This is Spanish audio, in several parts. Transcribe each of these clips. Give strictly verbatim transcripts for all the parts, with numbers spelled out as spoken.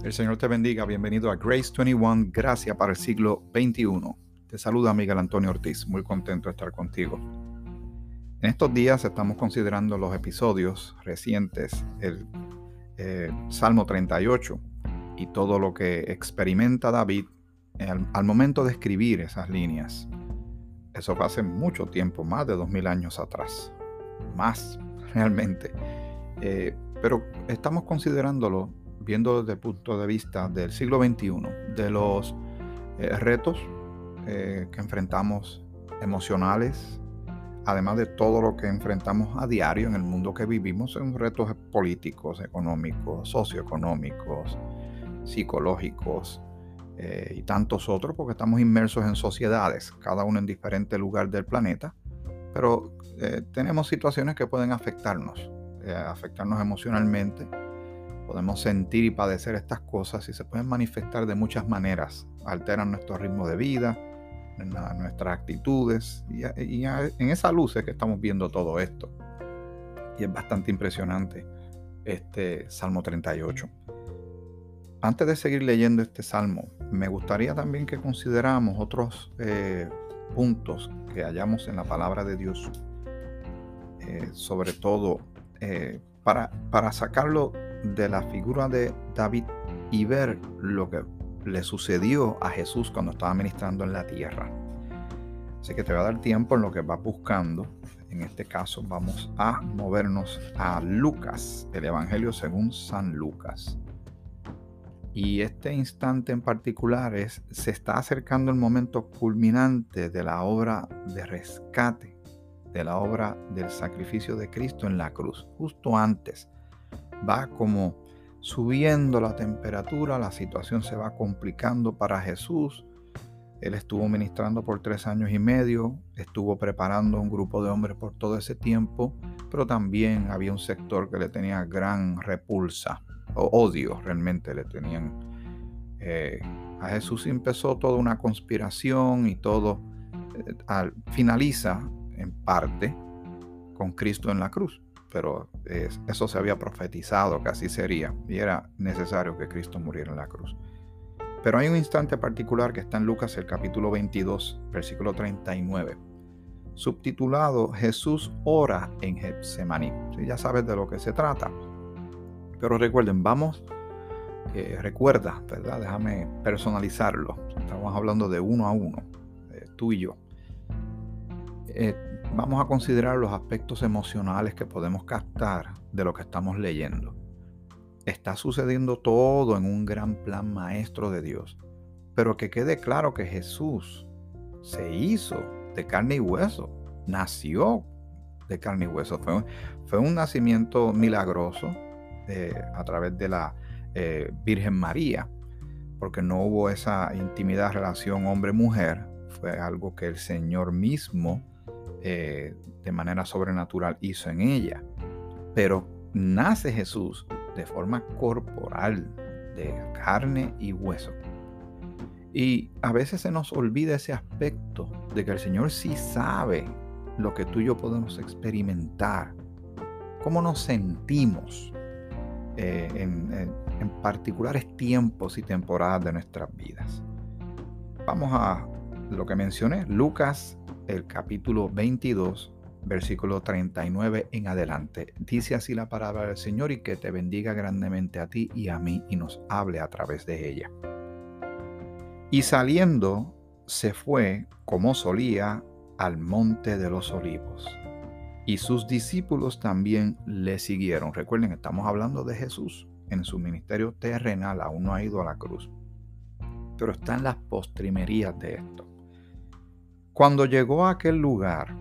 El Señor te bendiga. Bienvenido a Grace veintiuno, Gracia para el siglo veintiuno. Te saluda Miguel Antonio Ortiz. Muy contento de estar contigo. En estos días estamos considerando los episodios recientes, el eh, Salmo treinta y ocho y todo lo que experimenta David al, al momento de escribir esas líneas. Eso fue hace mucho tiempo, más de dos mil años atrás. Más, realmente. Eh, pero estamos considerándolo viendo desde el punto de vista del siglo veintiuno, de los eh, retos eh, que enfrentamos emocionales, además de todo lo que enfrentamos a diario en el mundo que vivimos, son retos políticos, económicos, socioeconómicos, psicológicos eh, y tantos otros, porque estamos inmersos en sociedades, cada uno en diferente lugar del planeta, pero eh, tenemos situaciones que pueden afectarnos, eh, afectarnos emocionalmente. Podemos sentir y padecer estas cosas y se pueden manifestar de muchas maneras. Alteran nuestro ritmo de vida, nuestras actitudes. Y, y en esa luz es que estamos viendo todo esto. Y es bastante impresionante este Salmo treinta y ocho. Antes de seguir leyendo este Salmo, me gustaría también que consideráramos otros eh, puntos que hallamos en la palabra de Dios. Eh, sobre todo eh, para, para sacarlo de la figura de David y ver lo que le sucedió a Jesús cuando estaba ministrando en la tierra. Así que te va a dar tiempo en lo que vas buscando. En este caso vamos a movernos a Lucas, el Evangelio según San Lucas. Y este instante en particular es, se está acercando el momento culminante de la obra de rescate, de la obra del sacrificio de Cristo en la cruz. Justo antes va como subiendo la temperatura, la situación se va complicando para Jesús. Él estuvo ministrando por tres años y medio, estuvo preparando un grupo de hombres por todo ese tiempo, pero también había un sector que le tenía gran repulsa o odio, realmente le tenían eh, a Jesús. Empezó toda una conspiración y todo eh, al, finaliza en parte con Cristo en la cruz. Pero eh, eso se había profetizado que así sería y era necesario que Cristo muriera en la cruz. Pero hay un instante particular que está en Lucas, el capítulo veintidós, versículo treinta y nueve, subtitulado Jesús ora en Getsemaní. Sí, ya sabes de lo que se trata. Pero recuerden, vamos, eh, recuerda, ¿verdad? Déjame personalizarlo. Estamos hablando de uno a uno, eh, tú y yo. Eh, Vamos a considerar los aspectos emocionales que podemos captar de lo que estamos leyendo. Está sucediendo todo en un gran plan maestro de Dios, pero que quede claro que Jesús se hizo de carne y hueso, nació de carne y hueso. Fue un, fue un nacimiento milagroso eh, a través de la eh, Virgen María, porque no hubo esa intimidad, relación hombre-mujer. Fue algo que el Señor mismo Eh, de manera sobrenatural hizo en ella. Pero nace Jesús de forma corporal, de carne y hueso. Y a veces se nos olvida ese aspecto de que el Señor sí sabe lo que tú y yo podemos experimentar, cómo nos sentimos eh, en, en, en particulares tiempos y temporadas de nuestras vidas. Vamos a lo que mencioné, Lucas el capítulo veintidós, versículo treinta y nueve en adelante. Dice así la palabra del Señor: y que te bendiga grandemente a ti y a mí, y nos hable a través de ella. Y saliendo, se fue, como solía, al monte de los olivos. Y sus discípulos también le siguieron. Recuerden, estamos hablando de Jesús en su ministerio terrenal, aún no ha ido a la cruz, pero está en las postrimerías de esto. Cuando llegó a aquel lugar,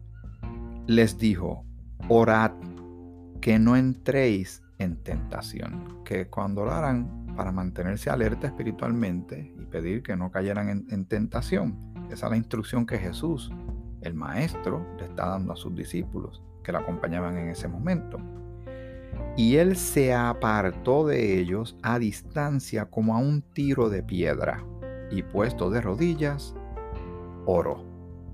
les dijo: orad, que no entréis en tentación. Que cuando oraran, para mantenerse alerta espiritualmente y pedir que no cayeran en, en tentación. Esa es la instrucción que Jesús, el Maestro, le está dando a sus discípulos que lo acompañaban en ese momento. Y él se apartó de ellos a distancia como a un tiro de piedra, y puesto de rodillas, oró.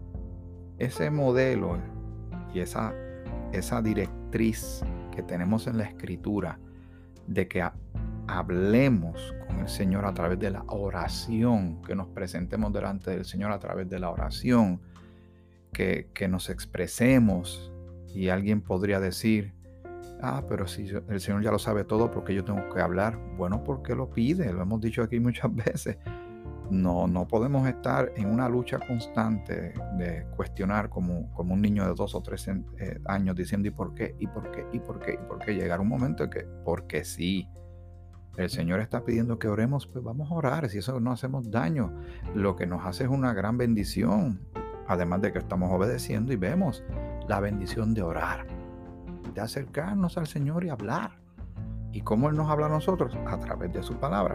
Ese modelo y esa, esa directriz que tenemos en la Escritura de que a, hablemos con el Señor a través de la oración, que nos presentemos delante del Señor a través de la oración, que, que nos expresemos. Y alguien podría decir, ah, pero si yo, el Señor ya lo sabe todo, ¿por qué yo tengo que hablar? Bueno, porque lo pide, lo hemos dicho aquí muchas veces. No, no podemos estar en una lucha constante de cuestionar como, como un niño de dos o tres eh, años diciendo ¿y por qué? ¿Y por qué? ¿Y por qué? ¿Y por qué? Llegar un momento en que, porque sí, el Señor está pidiendo que oremos, pues vamos a orar. Si eso no hacemos daño, lo que nos hace es una gran bendición. Además de que estamos obedeciendo y vemos la bendición de orar, de acercarnos al Señor y hablar. ¿Y cómo Él nos habla a nosotros? A través de su palabra.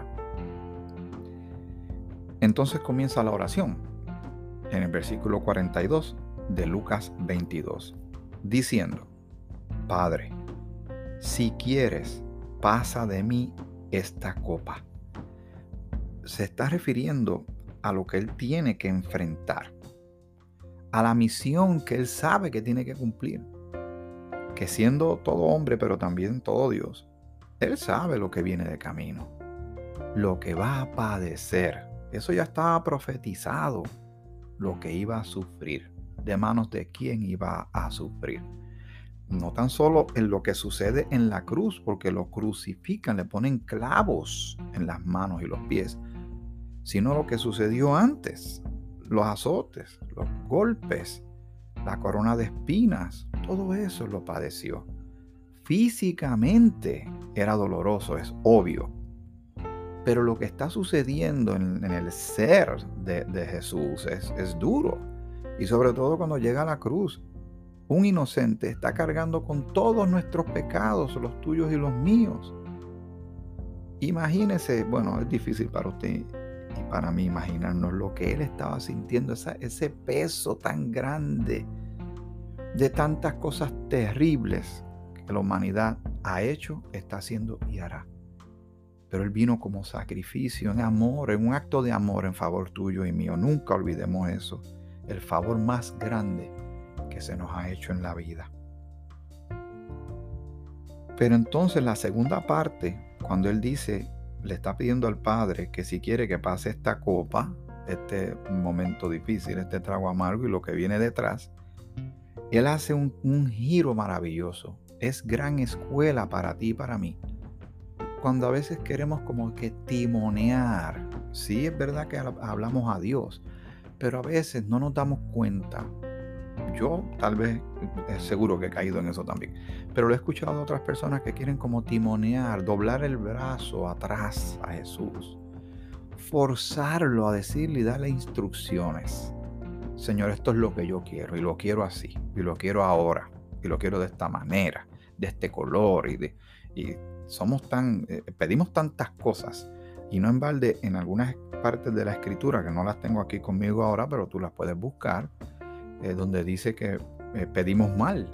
Entonces comienza la oración en el versículo cuarenta y dos de Lucas veintidós, diciendo, Padre, si quieres, pasa de mí esta copa. Se está refiriendo a lo que Él tiene que enfrentar, a la misión que Él sabe que tiene que cumplir, que siendo todo hombre, pero también todo Dios, Él sabe lo que viene de camino, lo que va a padecer. Eso ya estaba profetizado, lo que iba a sufrir, de manos de quién iba a sufrir. No tan solo en lo que sucede en la cruz, porque lo crucifican, le ponen clavos en las manos y los pies, sino lo que sucedió antes, los azotes, los golpes, la corona de espinas, todo eso lo padeció. Físicamente era doloroso, es obvio. Pero lo que está sucediendo en, en el ser de, de Jesús es, es duro. Y sobre todo cuando llega a la cruz, un inocente está cargando con todos nuestros pecados, los tuyos y los míos. Imagínese, bueno, es difícil para usted y para mí imaginarnos lo que Él estaba sintiendo, esa, ese peso tan grande de tantas cosas terribles que la humanidad ha hecho, está haciendo y hará. Pero Él vino como sacrificio, en amor, en un acto de amor en favor tuyo y mío. Nunca olvidemos eso. El favor más grande que se nos ha hecho en la vida. Pero entonces la segunda parte, cuando Él dice, le está pidiendo al Padre que si quiere que pase esta copa, este momento difícil, este trago amargo y lo que viene detrás, Él hace un, un giro maravilloso. Es gran escuela para ti y para mí. Cuando a veces queremos como que timonear, sí es verdad que hablamos a Dios, pero a veces no nos damos cuenta. Yo tal vez, es seguro que he caído en eso también, pero lo he escuchado de otras personas que quieren como timonear, doblar el brazo atrás a Jesús, forzarlo a decirle y darle instrucciones. Señor, esto es lo que yo quiero y lo quiero así, y lo quiero ahora, y lo quiero de esta manera, de este color, y, de, y somos tan, eh, pedimos tantas cosas, y no en balde en algunas partes de la Escritura, que no las tengo aquí conmigo ahora, pero tú las puedes buscar, eh, donde dice que eh, pedimos mal,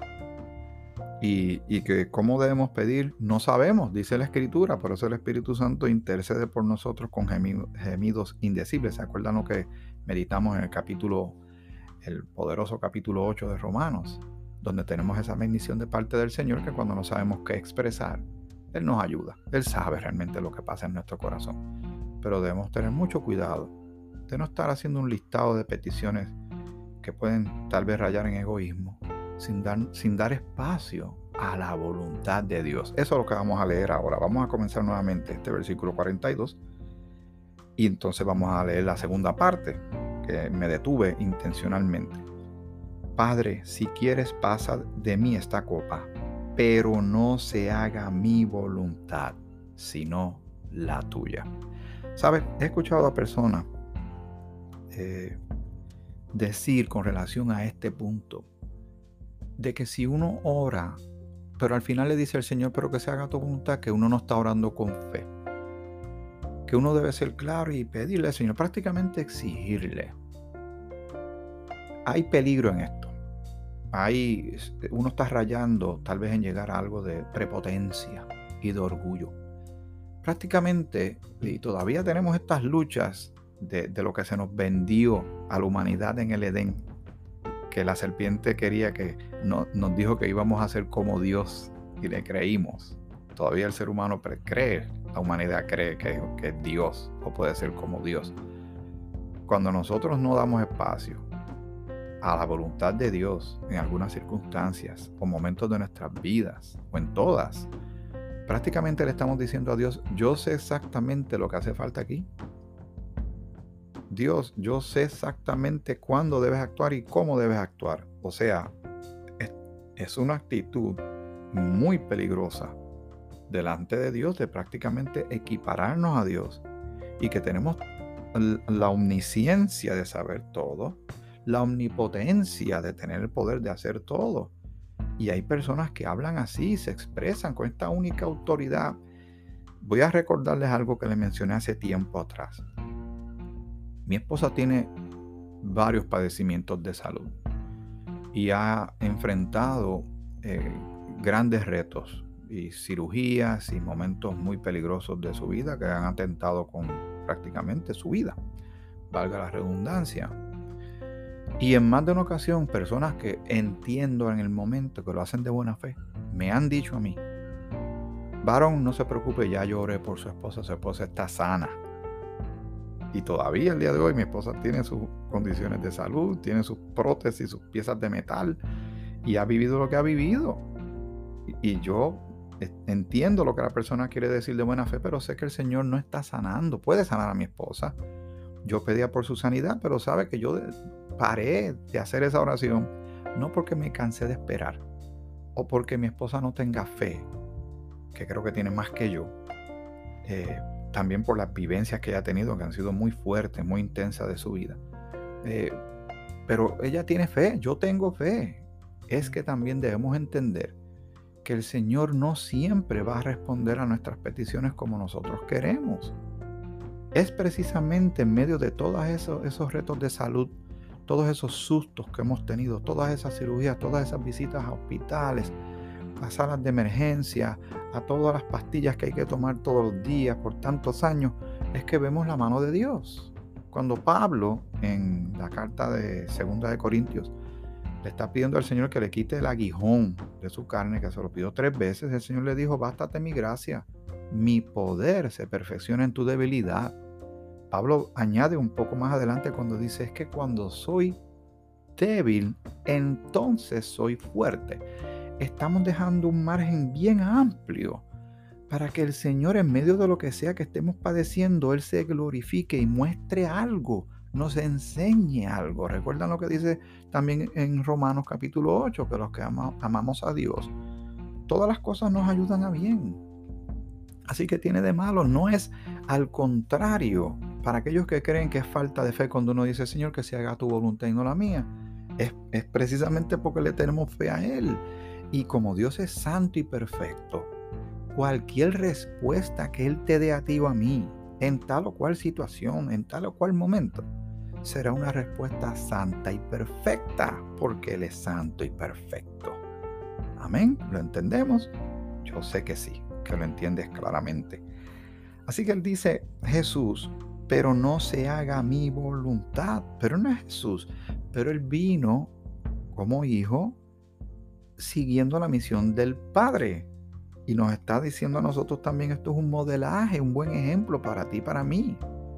y, y que cómo debemos pedir, no sabemos, dice la Escritura, por eso el Espíritu Santo intercede por nosotros con gemidos, gemidos indecibles. ¿Se acuerdan lo que meditamos en el capítulo, el poderoso capítulo ocho de Romanos, donde tenemos esa bendición de parte del Señor, que cuando no sabemos qué expresar, Él nos ayuda. Él sabe realmente lo que pasa en nuestro corazón. Pero debemos tener mucho cuidado de no estar haciendo un listado de peticiones que pueden tal vez rayar en egoísmo, sin dar, sin dar espacio a la voluntad de Dios. Eso es lo que vamos a leer ahora. Vamos a comenzar nuevamente este versículo cuarenta y dos. Y entonces vamos a leer la segunda parte, que me detuve intencionalmente. Padre, si quieres, pasa de mí esta copa, pero no se haga mi voluntad, sino la tuya. ¿Sabes? He escuchado a personas eh, decir con relación a este punto, de que si uno ora, pero al final le dice al Señor, pero que se haga tu voluntad, que uno no está orando con fe. Que uno debe ser claro y pedirle al Señor, prácticamente exigirle. Hay peligro en esto. Hay, uno está rayando tal vez en llegar a algo de prepotencia y de orgullo. Prácticamente, y todavía tenemos estas luchas de, de lo que se nos vendió a la humanidad en el Edén, que la serpiente quería que no, nos dijo que íbamos a ser como Dios y le creímos. Todavía el ser humano cree la humanidad cree que, que es Dios o puede ser como Dios. Cuando nosotros no damos espacio a la voluntad de Dios en algunas circunstancias o momentos de nuestras vidas o en todas, prácticamente le estamos diciendo a Dios: yo sé exactamente lo que hace falta aquí. Dios, yo sé exactamente cuándo debes actuar y cómo debes actuar. O sea, es, es una actitud muy peligrosa delante de Dios, de prácticamente equipararnos a Dios, y que tenemos la omnisciencia de saber todo, la omnipotencia de tener el poder de hacer todo. Y hay personas que hablan así, se expresan con esta única autoridad. Voy a recordarles algo que les mencioné hace tiempo atrás. Mi esposa tiene varios padecimientos de salud y ha enfrentado eh, grandes retos y cirugías y momentos muy peligrosos de su vida que han atentado con prácticamente su vida, valga la redundancia. Y en más de una ocasión, personas que entiendo en el momento que lo hacen de buena fe, me han dicho a mí: varón, no se preocupe, ya yo oré por su esposa, su esposa está sana. Y todavía el día de hoy mi esposa tiene sus condiciones de salud, tiene sus prótesis, sus piezas de metal, y ha vivido lo que ha vivido. Y, y yo entiendo lo que la persona quiere decir de buena fe, pero sé que el Señor no está sanando. Puede sanar a mi esposa. Yo pedía por su sanidad, pero sabe que yo paré de hacer esa oración, no porque me cansé de esperar o porque mi esposa no tenga fe, que creo que tiene más que yo, eh, también por las vivencias que ella ha tenido, que han sido muy fuertes, muy intensas de su vida. Eh, pero ella tiene fe, yo tengo fe. Es que también debemos entender que el Señor no siempre va a responder a nuestras peticiones como nosotros queremos. Es precisamente en medio de todos esos, esos retos de salud, todos esos sustos que hemos tenido, todas esas cirugías, todas esas visitas a hospitales, a salas de emergencia, a todas las pastillas que hay que tomar todos los días por tantos años, es que vemos la mano de Dios. Cuando Pablo, en la carta de Segunda de Corintios, le está pidiendo al Señor que le quite el aguijón de su carne, que se lo pidió tres veces, el Señor le dijo: bástate mi gracia, mi poder se perfecciona en tu debilidad. Pablo añade un poco más adelante cuando dice: es que cuando soy débil, entonces soy fuerte. Estamos dejando un margen bien amplio para que el Señor, en medio de lo que sea que estemos padeciendo, Él se glorifique y muestre algo, nos enseñe algo. ¿Recuerdan lo que dice también en Romanos capítulo ocho? Que los que ama, amamos a Dios, todas las cosas nos ayudan a bien. Así que tiene de malo, no es, al contrario, para aquellos que creen que es falta de fe cuando uno dice: Señor, que se haga tu voluntad y no la mía. Es, es precisamente porque le tenemos fe a Él. Y como Dios es santo y perfecto, cualquier respuesta que Él te dé a ti o a mí, en tal o cual situación, en tal o cual momento, será una respuesta santa y perfecta, porque Él es santo y perfecto. Amén. ¿Lo entendemos? Yo sé que sí, que lo entiendes claramente. Así que Él dice: Jesús, pero no se haga mi voluntad. Pero no es Jesús, pero Él vino como hijo siguiendo la misión del Padre. Y nos está diciendo a nosotros también: esto es un modelaje, un buen ejemplo para ti, para mí.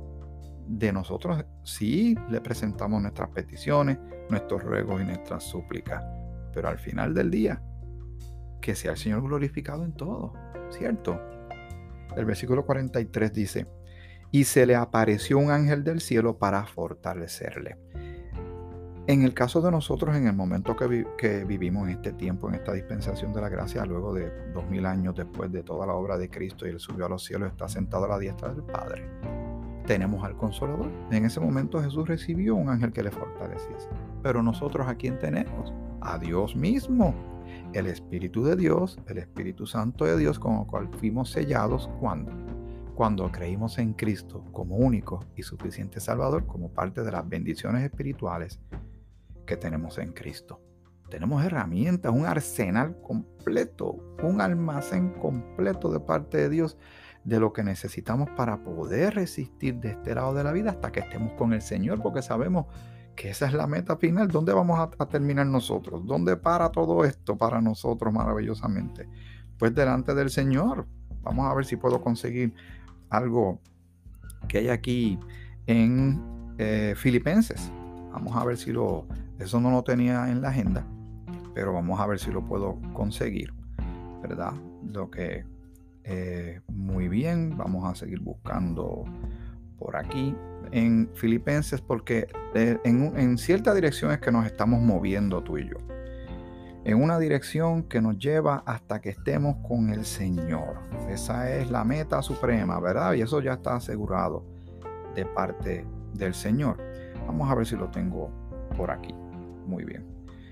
De nosotros sí le presentamos nuestras peticiones, nuestros ruegos y nuestras súplicas. Pero al final del día, que sea el Señor glorificado en todo, ¿cierto? El versículo cuarenta y tres dice: y se le apareció un ángel del cielo para fortalecerle. En el caso de nosotros, en el momento que, vi- que vivimos en este tiempo, en esta dispensación de la gracia, luego de dos mil años después de toda la obra de Cristo y Él subió a los cielos, está sentado a la diestra del Padre, tenemos al Consolador. En ese momento Jesús recibió un ángel que le fortaleciese. Pero nosotros, ¿a quién tenemos? A Dios mismo, el Espíritu de Dios, el Espíritu Santo de Dios, con el cual fuimos sellados. ¿Cuándo? Cuando creímos en Cristo como único y suficiente Salvador, como parte de las bendiciones espirituales que tenemos en Cristo. Tenemos herramientas, un arsenal completo, un almacén completo de parte de Dios de lo que necesitamos para poder resistir de este lado de la vida hasta que estemos con el Señor, porque sabemos que esa es la meta final. ¿Dónde vamos a, a terminar nosotros? ¿Dónde para todo esto para nosotros maravillosamente? Pues delante del Señor, Vamos a ver si puedo conseguir algo que hay aquí en eh, Filipenses. Vamos a ver si lo... Eso no lo tenía en la agenda, pero vamos a ver si lo puedo conseguir, ¿verdad? Lo que... Eh, muy bien, vamos a seguir buscando por aquí en Filipenses, porque en, en cierta dirección es que nos estamos moviendo tú y yo. En una dirección que nos lleva hasta que estemos con el Señor. Esa es la meta suprema, ¿verdad? Y eso ya está asegurado de parte del Señor. Vamos a ver si lo tengo por aquí. Muy bien.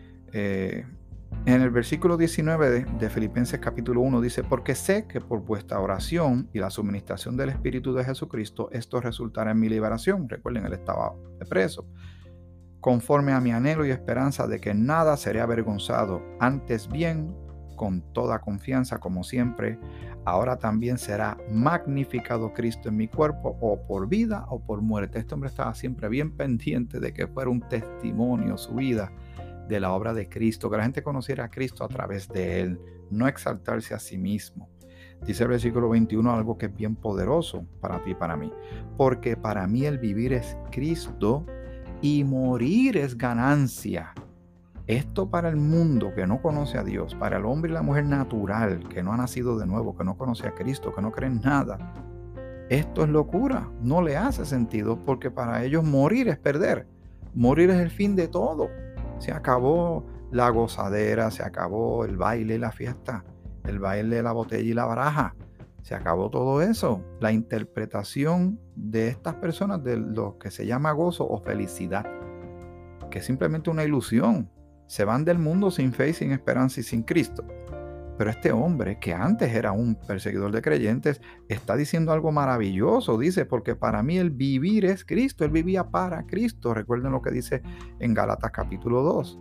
Eh, en el versículo diecinueve de, de Filipenses capítulo uno dice: porque sé que por vuestra oración y la suministración del Espíritu de Jesucristo, esto resultará en mi liberación. Recuerden, él estaba preso. Conforme a mi anhelo y esperanza de que nada seré avergonzado, antes bien, con toda confianza, como siempre, ahora también será magnificado Cristo en mi cuerpo, o por vida o por muerte. Este hombre estaba siempre bien pendiente de que fuera un testimonio su vida de la obra de Cristo, que la gente conociera a Cristo a través de él, no exaltarse a sí mismo. Dice el versículo veintiuno algo que es bien poderoso para ti y para mí. Porque para mí el vivir es Cristo y morir es ganancia. Esto para el mundo que no conoce a Dios, para el hombre y la mujer natural que no ha nacido de nuevo, que no conoce a Cristo, que no cree en nada, esto es locura, no le hace sentido, porque para ellos morir es perder, morir es el fin de todo. Se acabó la gozadera, se acabó el baile y la fiesta, el baile de la botella y la baraja, se acabó todo eso. La interpretación de estas personas de lo que se llama gozo o felicidad, que es simplemente una ilusión. Se van del mundo sin fe y sin esperanza y sin Cristo. Pero este hombre, que antes era un perseguidor de creyentes, está diciendo algo maravilloso. Dice: porque para mí el vivir es Cristo. Él vivía para Cristo. Recuerden lo que dice en Gálatas capítulo dos.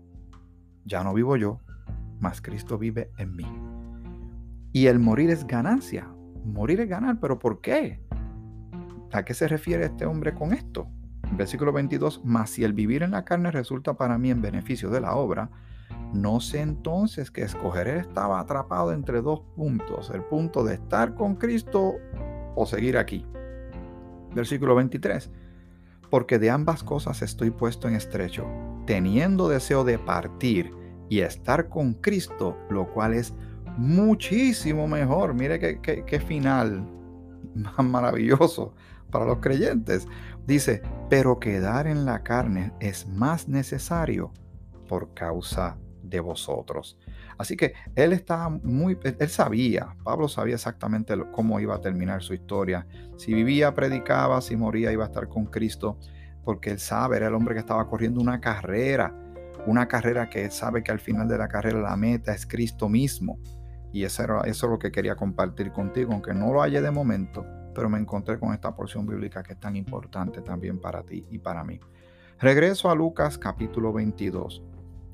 Ya no vivo yo, mas Cristo vive en mí. Y el morir es ganancia. Morir es ganar. ¿Pero por qué? ¿A qué se refiere este hombre con esto? Versículo veintidós: mas si el vivir en la carne resulta para mí en beneficio de la obra, no sé entonces que escoger. Él estaba atrapado entre dos puntos, el punto de estar con Cristo o seguir aquí. Versículo veintitrés: porque de ambas cosas estoy puesto en estrecho, teniendo deseo de partir y estar con Cristo, lo cual es muchísimo mejor. Mire qué, qué, qué final más maravilloso para los creyentes. Dice: pero quedar en la carne es más necesario por causa de vosotros. Así que él estaba muy, él sabía, Pablo sabía exactamente cómo iba a terminar su historia. Si vivía, predicaba; si moría, iba a estar con Cristo, porque él sabe, era el hombre que estaba corriendo una carrera, una carrera que él sabe que al final de la carrera la meta es Cristo mismo. Y eso, era, eso es lo que quería compartir contigo, aunque no lo hallé de momento, pero me encontré con esta porción bíblica que es tan importante también para ti y para mí. Regreso a Lucas capítulo veintidós.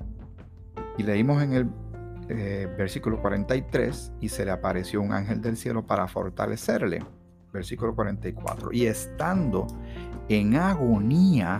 Y leímos en el eh, versículo cuarenta y tres: y se le apareció un ángel del cielo para fortalecerle. Versículo cuarenta y cuatro: y estando en agonía,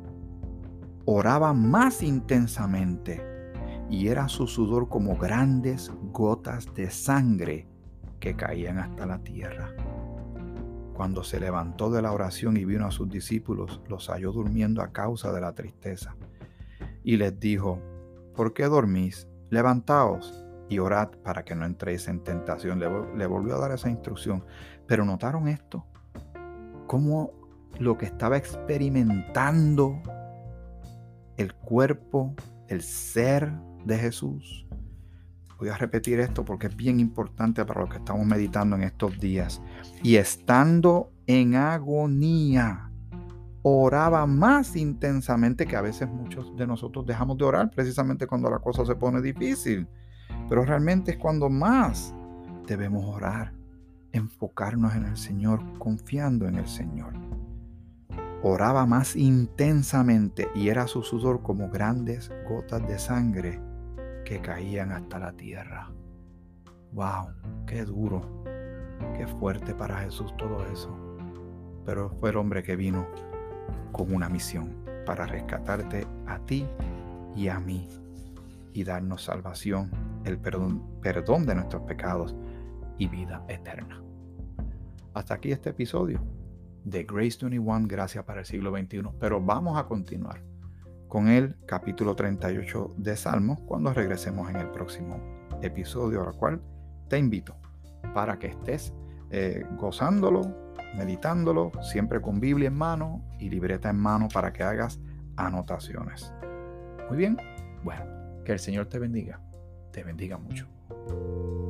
oraba más intensamente, y era su sudor como grandes gotas de sangre que caían hasta la tierra. Cuando se levantó de la oración y vino a sus discípulos, los halló durmiendo a causa de la tristeza. Y les dijo: ¿por qué dormís? Levantaos y orad para que no entréis en tentación. Le, le volvió a dar esa instrucción. Pero ¿notaron esto? Cómo lo que estaba experimentando el cuerpo, el ser de Jesús. Voy a repetir esto porque es bien importante para lo que estamos meditando en estos días. Y estando en agonía, oraba más intensamente, que a veces muchos de nosotros dejamos de orar precisamente cuando la cosa se pone difícil. Pero realmente es cuando más debemos orar, enfocarnos en el Señor, confiando en el Señor. Oraba más intensamente y era su sudor como grandes gotas de sangre que caían hasta la tierra. ¡Wow! ¡Qué duro! ¡Qué fuerte para Jesús todo eso! Pero fue el hombre que vino con una misión para rescatarte a ti y a mí y darnos salvación, el perdón, perdón de nuestros pecados y vida eterna. Hasta aquí este episodio de Grace veintiuno, Gracia para el siglo veintiuno, pero vamos a continuar con el capítulo treinta y ocho de Salmos cuando regresemos en el próximo episodio, a la cual te invito para que estés eh, gozándolo, meditándolo, siempre con Biblia en mano y libreta en mano para que hagas anotaciones. Muy bien, bueno, que el Señor te bendiga, te bendiga mucho.